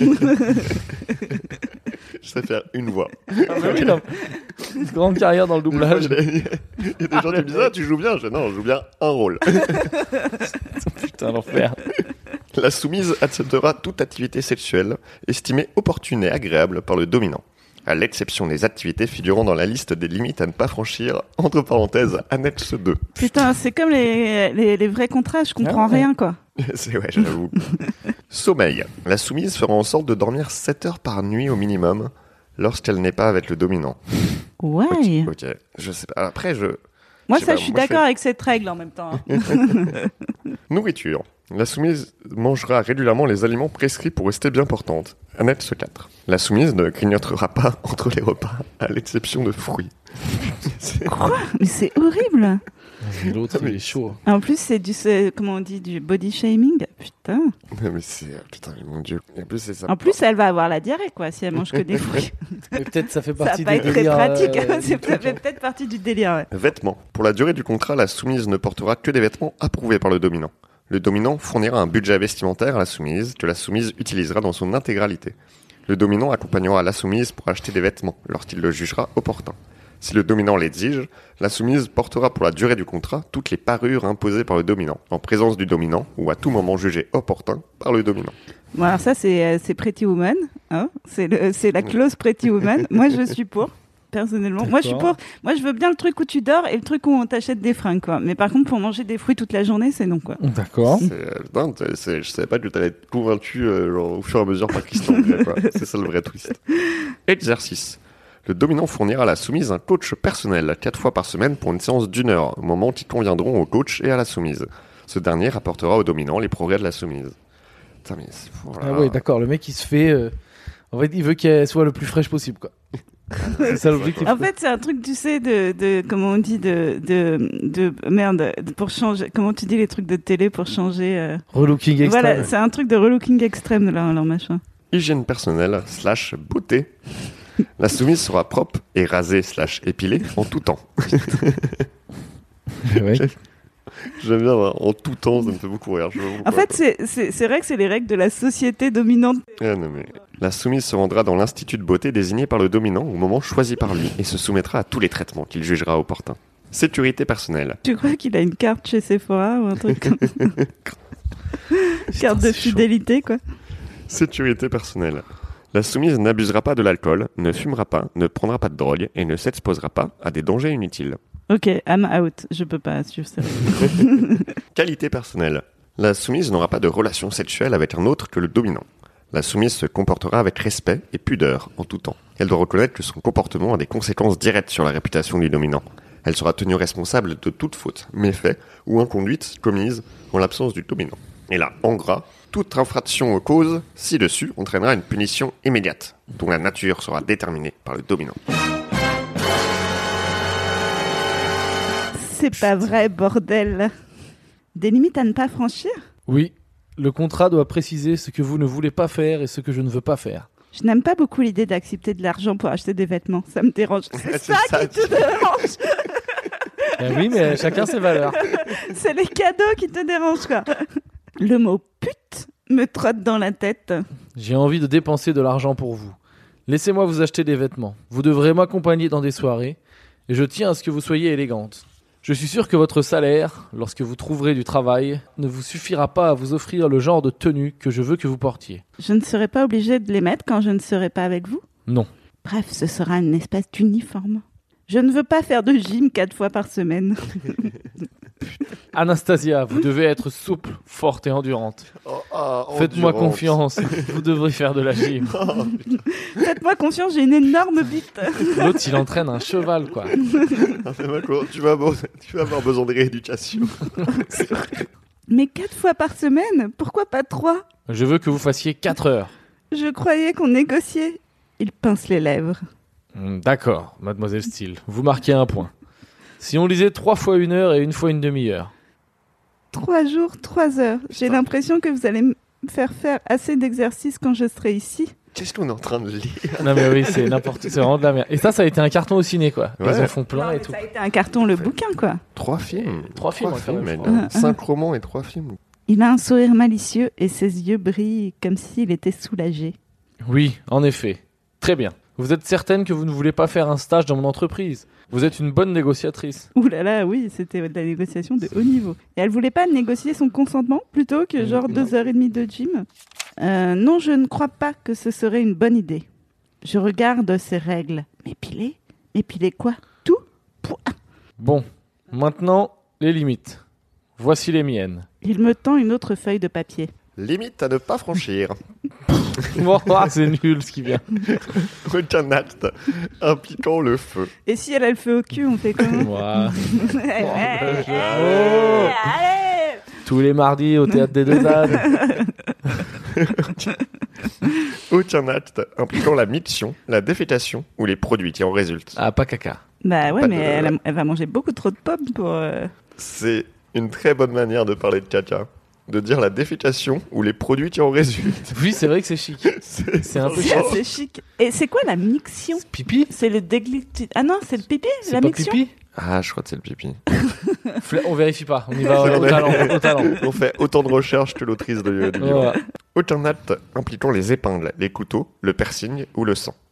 B: Je sais faire une voix.
A: Ah bah oui, non. Une grande carrière dans le doublage.
B: Il y a des gens qui me disent « Ah, tu joues bien ?» Je dis « Non, je joue bien un rôle. »
A: Putain, l'enfer.
B: La soumise acceptera toute activité sexuelle estimée opportune et agréable par le dominant, à l'exception des activités figurant dans la liste des limites à ne pas franchir, entre parenthèses, annexe deux.
C: Putain, c'est comme les, les, les vrais contrats, je comprends
A: Ah ouais.
C: rien quoi.
B: C'est ouais, j'avoue. Sommeil. La soumise fera en sorte de dormir sept heures par nuit au minimum lorsqu'elle n'est pas avec le dominant.
C: Ouais.
B: Ok, je sais pas. Après, je...
C: Moi,
B: je sais
C: ça,
B: pas,
C: je suis
B: moi, je
C: d'accord
B: fais-
C: avec cette règle en même temps. hein.
B: Nourriture. La soumise mangera régulièrement les aliments prescrits pour rester bien portante. Annexe quatre. La soumise ne grignotera pas entre les repas, à l'exception de fruits. C'est-
C: Quoi ? Mais c'est horrible.
A: Et l'autre, il est chaud.
C: En plus, c'est du, c'est- comment on dit, du body shaming. Putain.
B: Non, mais c'est... Putain, mais mon Dieu. Et en plus, c'est ça.
C: En plus, elle va avoir la diarrhée, quoi, si elle mange que des fruits.
A: Et peut-être ça fait
C: Ça va
A: partie
C: pas
A: des
C: être très
A: délires,
C: pratique.
A: euh,
C: hein,
A: du
C: c'est-
A: truc,
C: ça fait
A: hein.
C: peut-être partie du délire. Ouais.
B: Vêtements. Pour la durée du contrat, la soumise ne portera que des vêtements approuvés par le dominant. Le dominant fournira un budget vestimentaire à la soumise que la soumise utilisera dans son intégralité. Le dominant accompagnera la soumise pour acheter des vêtements lorsqu'il le jugera opportun. Si le dominant l'exige, la soumise portera pour la durée du contrat toutes les parures imposées par le dominant, en présence du dominant ou à tout moment jugé opportun par le dominant.
C: Bon, alors ça, c'est, euh, c'est Pretty Woman. Hein, c'est, le, c'est la clause Pretty Woman. Moi, je suis pour, personnellement. Moi, je suis pour. Moi, je veux bien le truc où tu dors et le truc où on t'achète des fringues, quoi. Mais par contre, pour manger des fruits toute la journée, c'est non, quoi.
A: D'accord.
B: C'est, euh, non, c'est, c'est, je savais pas que tu allais être convaincu euh, genre, au fur et à mesure par Christian Grey, quoi. C'est ça le vrai twist. Exercice. Le dominant fournira à la soumise un coach personnel quatre fois par semaine pour une séance d'une heure, au moment qui conviendront au coach et à la soumise. Ce dernier rapportera au dominant les progrès de la soumise. Putain, mais c'est... Voilà.
A: Ah ouais, d'accord. Le mec, il se fait... Euh... En fait, il veut qu'elle soit le plus fraîche possible, quoi. C'est ça l'objectif.
C: En fait, c'est un truc, tu sais, de, de comment on dit, de, de, de merde, pour changer. Comment tu dis les trucs de télé pour changer euh...
A: Relooking extrême.
C: Voilà, c'est un truc de relooking extrême, là, leur machin.
B: Hygiène personnelle slash beauté. La soumise sera propre et rasée slash épilée en tout temps.
A: Ouais.
B: J'aime bien, hein, en tout temps, ça me fait beaucoup rire. Je vois
C: En fait, c'est, c'est, c'est vrai que c'est les règles de la société dominante.
B: Ah, non, mais... La soumise se rendra dans l'institut de beauté désigné par le dominant au moment choisi par lui et se soumettra à tous les traitements qu'il jugera opportuns. Sécurité personnelle.
C: Tu crois qu'il a une carte chez Sephora ou un truc comme carte de fidélité, quoi.
B: Sécurité personnelle. La soumise n'abusera pas de l'alcool, ne fumera pas, ne prendra pas de drogue et ne s'exposera pas à des dangers inutiles.
C: Ok, I'm out. Je peux pas suivre ça.
B: Qualité personnelle. La soumise n'aura pas de relation sexuelle avec un autre que le dominant. La soumise se comportera avec respect et pudeur en tout temps. Elle doit reconnaître que son comportement a des conséquences directes sur la réputation du dominant. Elle sera tenue responsable de toute faute, méfait ou inconduite commise en l'absence du dominant. Et là, en gras, toute infraction aux causes ci-dessus entraînera une punition immédiate, dont la nature sera déterminée par le dominant.
C: C'est pas vrai, bordel. Des limites à ne pas franchir ?
A: Oui, le contrat doit préciser ce que vous ne voulez pas faire et ce que je ne veux pas faire.
C: Je n'aime pas beaucoup l'idée d'accepter de l'argent pour acheter des vêtements. Ça me dérange. C'est,
B: C'est
C: ça,
B: ça,
C: qui te dérange.
A: Eh oui, mais chacun ses valeurs.
C: C'est les cadeaux qui te dérangent, quoi. Le mot pute me trotte dans la tête.
A: J'ai envie de dépenser de l'argent pour vous. Laissez-moi vous acheter des vêtements. Vous devrez m'accompagner dans des soirées et je tiens à ce que vous soyez élégante. Je suis sûr que votre salaire, lorsque vous trouverez du travail, ne vous suffira pas à vous offrir le genre de tenue que je veux que vous portiez.
C: Je ne serai pas obligée de les mettre quand je ne serai pas avec vous ?
A: Non.
C: Bref, ce sera une espèce d'uniforme. Je ne veux pas faire de gym quatre fois par semaine.
A: Anastasia, vous devez être souple, forte et endurante.
B: Oh, oh,
A: Faites-moi
B: endurance.
A: confiance, vous devrez faire de la gym.
B: Oh,
C: Faites-moi confiance, j'ai une énorme bite.
A: L'autre, il entraîne un cheval, quoi.
B: putain, fais-moi quoi, tu vas avoir, tu vas avoir besoin de rééducation.
C: Mais quatre fois par semaine ? Pourquoi pas trois ?
A: Je veux que vous fassiez quatre heures.
C: Je croyais qu'on négociait. Il pince les lèvres.
A: Hmm, D'accord, mademoiselle Steele, vous marquez un point. Si on lisait trois fois une heure et une fois une demi-heure.
C: Trois jours, trois heures. J'ai l'impression que vous allez me faire faire assez d'exercices quand je serai ici.
B: Qu'est-ce qu'on est en train de lire?
A: Non mais oui, c'est n'importe, c'est vraiment de la merde. Et ça, ça a été un carton au ciné, quoi. Ils
B: Ouais.
A: en font plein
C: Non,
A: et
C: mais
A: tout.
C: ça a été un carton, le bouquin, quoi.
B: Trois films.
A: Trois films,
B: Trois
A: quand même,
B: films.
A: je
B: elle
A: crois.
B: a Cinq romans et trois films.
C: Il a un sourire malicieux et ses yeux brillent comme s'il était soulagé.
A: Oui, en effet. Très bien. Vous êtes certaine que vous ne voulez pas faire un stage dans mon entreprise? Vous êtes une bonne négociatrice.
C: Ouh là là, oui, c'était de la négociation de haut niveau. Et elle voulait pas négocier son consentement plutôt que genre
B: Non.
C: deux heures et demie de gym euh, Non, je ne crois pas que ce serait une bonne idée. Je regarde ces règles. M'épiler M'épiler quoi? Tout? Pouah.
A: Bon, maintenant, les limites. Voici les miennes.
C: Il me tend une autre feuille de papier.
B: Limite à ne pas franchir.
A: Bon, ah, c'est nul ce qui vient.
B: Aucun acte impliquant le feu.
C: Et si elle a le feu au cul, on fait comment?
A: Moi,
C: Allez, allez,
A: Oh.
C: allez.
A: tous les mardis au théâtre des Deux Ânes.
B: Aucun acte impliquant la miction, la défécation ou les produits qui en résultent.
A: Ah, pas caca.
C: Bah ouais,
B: Pas
C: mais
B: de-
C: elle, a- elle va manger beaucoup trop de pommes pour... euh,
B: C'est une très bonne manière de parler de caca. De dire la défécation ou les produits qui en résultent.
A: Oui, c'est vrai que c'est chic.
B: C'est
A: C'est un peu
C: C'est
A: chiant.
C: assez chic. Et c'est quoi la miction?
A: Pipi?
C: C'est le dégluti... Ah non, c'est le pipi,
A: C'est
C: la
A: pas
C: miction.
A: pipi?
B: Ah, je crois que c'est le pipi.
A: Fla- On vérifie pas. On y va au talent. Au talent.
B: On fait autant de recherches que l'autrice de, du livre.
A: Voilà.
B: Aucun acte impliquant les épingles, les couteaux, le piercing ou le sang.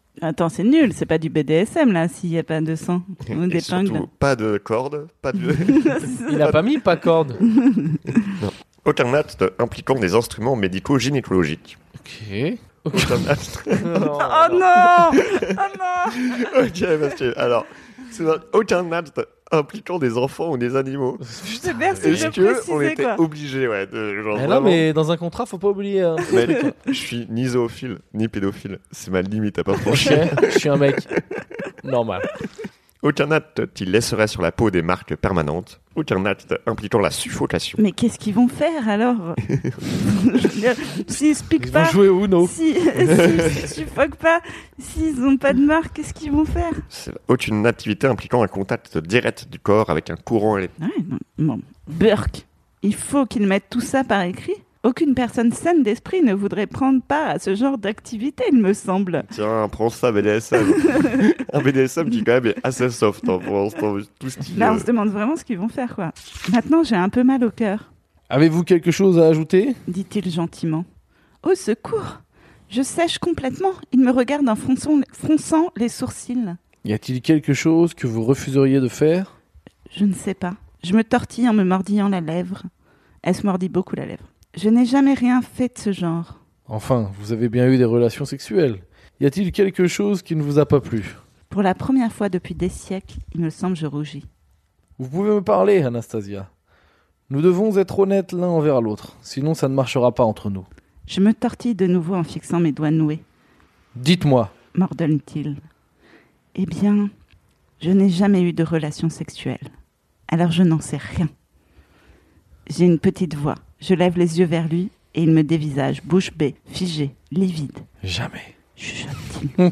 C: Attends, c'est nul, c'est pas du B D S M là, s'il y a pas de sang ou
B: Et
C: d'épingle.
B: surtout, pas de corde, pas de...
A: Il a pas mis pas corde.
B: aucun acte impliquant des instruments médicaux gynécologiques.
A: Ok.
B: Aucun acte...
C: Oh non Oh non
B: ok, parce que, alors, c'est un- aucun acte impliquant des enfants ou des animaux.
C: C'est merci
B: Est-ce
C: de
B: que on
C: préciser
B: était
C: quoi.
B: obligé, ouais, de, genre,
A: Eh non,
B: vraiment-
A: mais dans un contrat, faut pas oublier. Hein.
B: Mais je suis ni zoophile, ni pédophile. C'est ma limite à pas
A: Ok,
B: franchir.
A: je suis un mec normal.
B: Aucun acte qui laisserait sur la peau des marques permanentes. Aucun acte impliquant la suffocation.
C: Mais qu'est-ce qu'ils vont faire alors? Je veux dire, s'ils se piquent
A: Ils vont
C: pas,
A: jouer au Uno.
C: si, s'ils se suffoquent pas, s'ils ont pas de marque, qu'est-ce qu'ils vont faire?
B: C'est aucune activité impliquant un contact direct du corps avec un courant électrique.
C: Ouais, non, bon. Burke, il faut qu'ils mettent tout ça par écrit. Aucune personne saine d'esprit ne voudrait prendre part à ce genre d'activité, il me semble.
B: Tiens, prends ça, B D S M. Un B D S M qui, quand même, est assez soft hein, pour l'instant. Tout ce qui,
C: Là, on
B: euh,
C: se demande vraiment ce qu'ils vont faire, quoi. Maintenant, j'ai un peu mal au cœur,
A: Avez-vous quelque chose à ajouter?
C: dit-il gentiment. Au secours! Je sèche complètement. Il me regarde en fronçant, fronçant les sourcils.
A: Y a-t-il quelque chose que vous refuseriez de faire?
C: Je ne sais pas. Je me tortille en me mordillant la lèvre. Elle se mordit beaucoup la lèvre. Je n'ai jamais rien fait de ce genre.
A: Enfin, vous avez bien eu des relations sexuelles. Y a-t-il quelque chose qui ne vous a pas plu?
C: Pour la première fois depuis des siècles, il me semble, je rougis.
A: Vous pouvez me parler, Anastasia. Nous devons être honnêtes l'un envers l'autre, sinon ça ne marchera pas entre nous.
C: Je me tortille de nouveau en fixant mes doigts noués.
A: Dites-moi.
C: M'ordonne-t-il. Eh bien, je n'ai jamais eu de relation sexuelle. Alors je n'en sais rien. J'ai une petite voix. Je lève les yeux vers lui et il me dévisage, bouche bée, figé, livide.
A: Jamais.
C: Chuchote-t-il.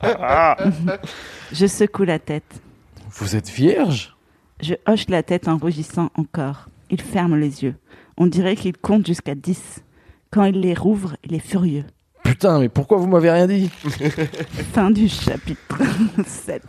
C: Je secoue la tête.
A: Vous êtes vierge?
C: Je hoche la tête en rougissant encore. Il ferme les yeux. On dirait qu'il compte jusqu'à dix. Quand il les rouvre, il est furieux.
A: Putain, mais pourquoi vous m'avez rien dit?
C: Fin du chapitre sept.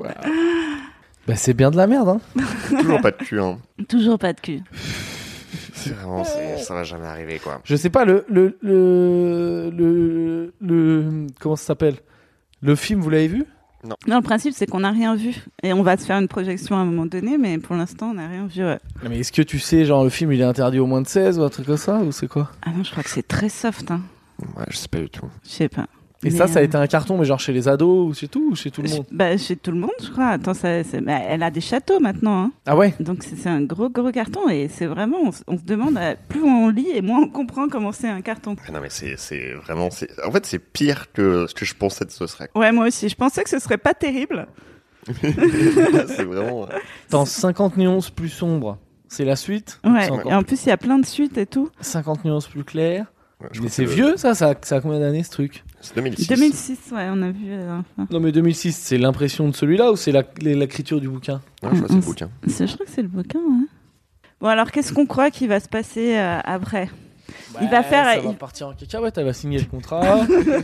A: Bah c'est bien de la merde, hein.
B: Toujours pas de cul, hein.
C: Toujours pas de cul.
B: C'est vraiment, c'est- ça va jamais arriver, quoi.
A: Je sais pas, le... Le... Le... Le... le comment ça s'appelle? Le film, vous l'avez vu?
C: Non, le principe, c'est qu'on n'a rien vu. Et on va se faire une projection à un moment donné, mais pour l'instant, on n'a rien vu. Ouais.
A: Mais est-ce que tu sais, genre, le film, il est interdit au moins de seize ou un truc comme ça, ou c'est quoi?
C: Ah non, je crois que c'est très soft. Hein.
B: Ouais, je sais pas du tout.
C: Je sais pas.
A: Et
C: Mais,
A: ça, ça a
C: euh,
A: été un carton, mais genre chez les ados, ou chez tout, ou chez tout le monde?
C: Bah, chez tout le monde, je crois. Attends, ça, c'est- bah, elle a des châteaux maintenant. Hein.
A: Ah ouais?
C: Donc, c'est c'est un gros, gros carton. Et c'est vraiment, on, s- on se demande, euh, plus on lit et moins on comprend comment c'est un carton.
B: Mais non, mais c'est, c'est vraiment, c'est, en fait, c'est pire que ce que je pensais que ce serait.
C: Ouais, moi aussi. Je pensais que ce serait pas terrible.
B: C'est vraiment.
A: Dans cinquante nuances plus sombres, c'est la suite?
C: Ouais.
A: C'est encore
C: Et en plus, il y a plein de suites et tout.
A: cinquante nuances plus claires.
B: Ouais, je
A: Mais
B: crois
A: c'est
B: que
A: vieux, ça, ça, ça a combien d'années, ce truc?
B: C'est deux mille six.
C: deux mille six, ouais, on a vu la dernière fois.
A: Non, mais deux mille six, c'est l'impression de celui-là, ou c'est la- l'écriture du bouquin?
B: Non, je crois que c'est le bouquin.
C: C'est- Je crois que c'est le bouquin, ouais. Bon, alors, qu'est-ce qu'on croit qu'il va se passer euh, après? Il va faire-
A: Ça va
C: il-
A: partir en cacahuète, elle va signer le contrat.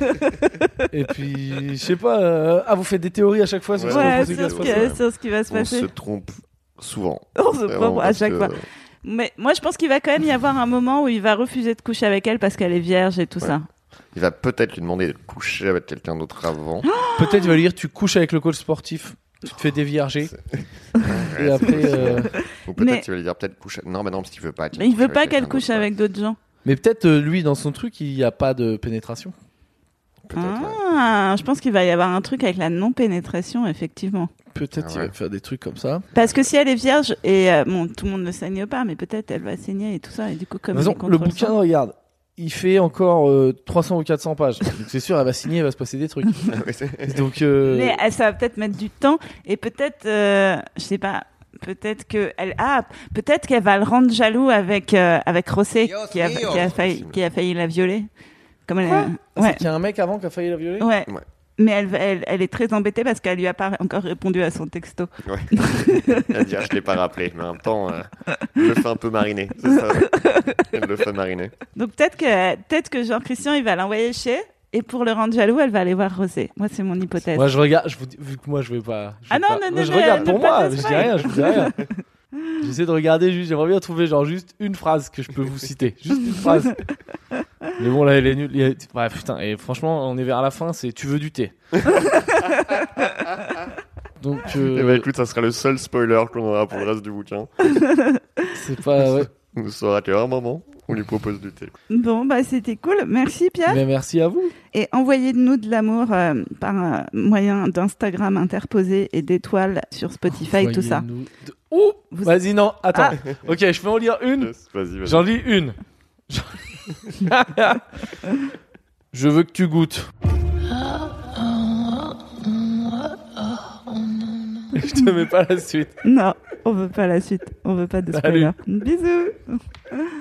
A: Et puis, je sais pas. euh, Ah, vous faites des théories à chaque fois sur ce
B: Ouais,
A: qu'on
C: Ouais,
A: pensait qu'il
C: sur
A: va
C: ce,
A: se
C: qui,
A: passer.
B: ouais.
C: sur ce qui va se
B: On
C: passer.
B: se trompe souvent.
C: On se
B: Vraiment,
C: trompe à
B: parce
C: chaque
B: que-
C: fois. Mais moi, je pense qu'il va quand même y avoir un moment où il va refuser de coucher avec elle parce qu'elle est vierge et tout
B: Ouais.
C: ça.
B: Il va peut-être lui demander de coucher avec quelqu'un d'autre avant.
A: Peut-être il va lui dire tu couches avec le coach sportif, tu te fais dévierger. Et après. euh,
B: Ou peut-être
C: Mais-
B: il va lui dire peut-être coucher. Non, mais non, parce qu'il veut pas. qu'il
C: Mais il
B: couche
C: veut
B: avec
C: pas qu'elle
B: quelqu'un
C: couche
B: d'autre,
C: avec d'autres gens.
A: Mais peut-être euh, lui, dans son truc, il n'y a pas de pénétration.
B: ouais. Peut-être, ouais.
C: Ah, je pense qu'il va y avoir un truc avec la non-pénétration, effectivement.
A: Peut-être
B: Ah
A: il
B: ouais.
A: va faire des trucs comme ça.
C: Parce que si elle est vierge, et euh, bon, tout le monde ne saigne pas, mais peut-être elle va saigner et tout ça, et du coup, comme
A: De toute
C: il
A: façon, le
C: contrôle
A: bouquin,
C: ça-
A: regarde, il fait encore euh, trois cents ou quatre cents pages. Donc c'est sûr, elle va signer, il va se passer des trucs.
B: Ouais, c'est-
A: Donc. euh,
C: Mais elle, ça va peut-être mettre du temps, et peut-être, euh, je sais pas, peut-être que elle, ah, peut-être qu'elle va le rendre jaloux avec euh, avec Rossé qui a, qui a failli qui a failli la violer. Comme elle,
A: Quoi
C: est-
A: C'est
C: ouais,
A: qu'il y a un mec avant qui a failli la violer?
C: ouais.
B: Ouais.
C: Mais elle, elle, elle est très embêtée parce qu'elle lui a pas encore répondu à son texto.
B: Ouais. Elle va dire je l'ai pas rappelé, mais en même temps, euh, je le fais un peu mariner. C'est ça. Elle le fait mariner.
C: Donc peut-être que peut-être que Jean-Christian il va l'envoyer chez et pour le rendre jaloux, elle va aller voir Rosé. Moi c'est mon hypothèse.
A: Moi je regarde, je vous dis- vu que moi je vais pas. je vais
C: Ah non,
A: pas-
C: non,
A: moi,
C: non,
A: je
C: non,
A: regarde
C: ne
A: pour
C: pas
A: moi,
C: te
A: je dis
C: spoil.
A: rien, je dis rien. J'essaie de regarder juste, j'aimerais bien trouver genre juste une phrase que je peux vous citer. Juste une phrase. Mais bon, là, elle est nulle. Il y a- Ouais, putain, et franchement, on est vers la fin, c'est tu veux du thé. Donc, euh,
B: Eh ben écoute, ça sera le seul spoiler qu'on aura pour le reste du bouquin.
A: c'est pas. Ouais.
B: On ne saura qu'à un moment, on lui propose du thé.
C: Bon, bah c'était cool. Merci Pierre.
A: Mais merci à vous.
C: Et envoyez-nous de l'amour euh, par euh, moyen d'Instagram interposé et d'étoiles sur Spotify, tout ça.
A: Voyez-nous de- Oh
C: Vous-
A: Vas-y, non, attends. Ok, je peux en lire une.
B: Yes, vas-y, vas-y.
A: J'en lis une. Je veux que tu goûtes. Je te mets pas la suite.
C: Non, on veut pas la suite. On veut pas de
A: Salut.
C: spoiler. Bisous.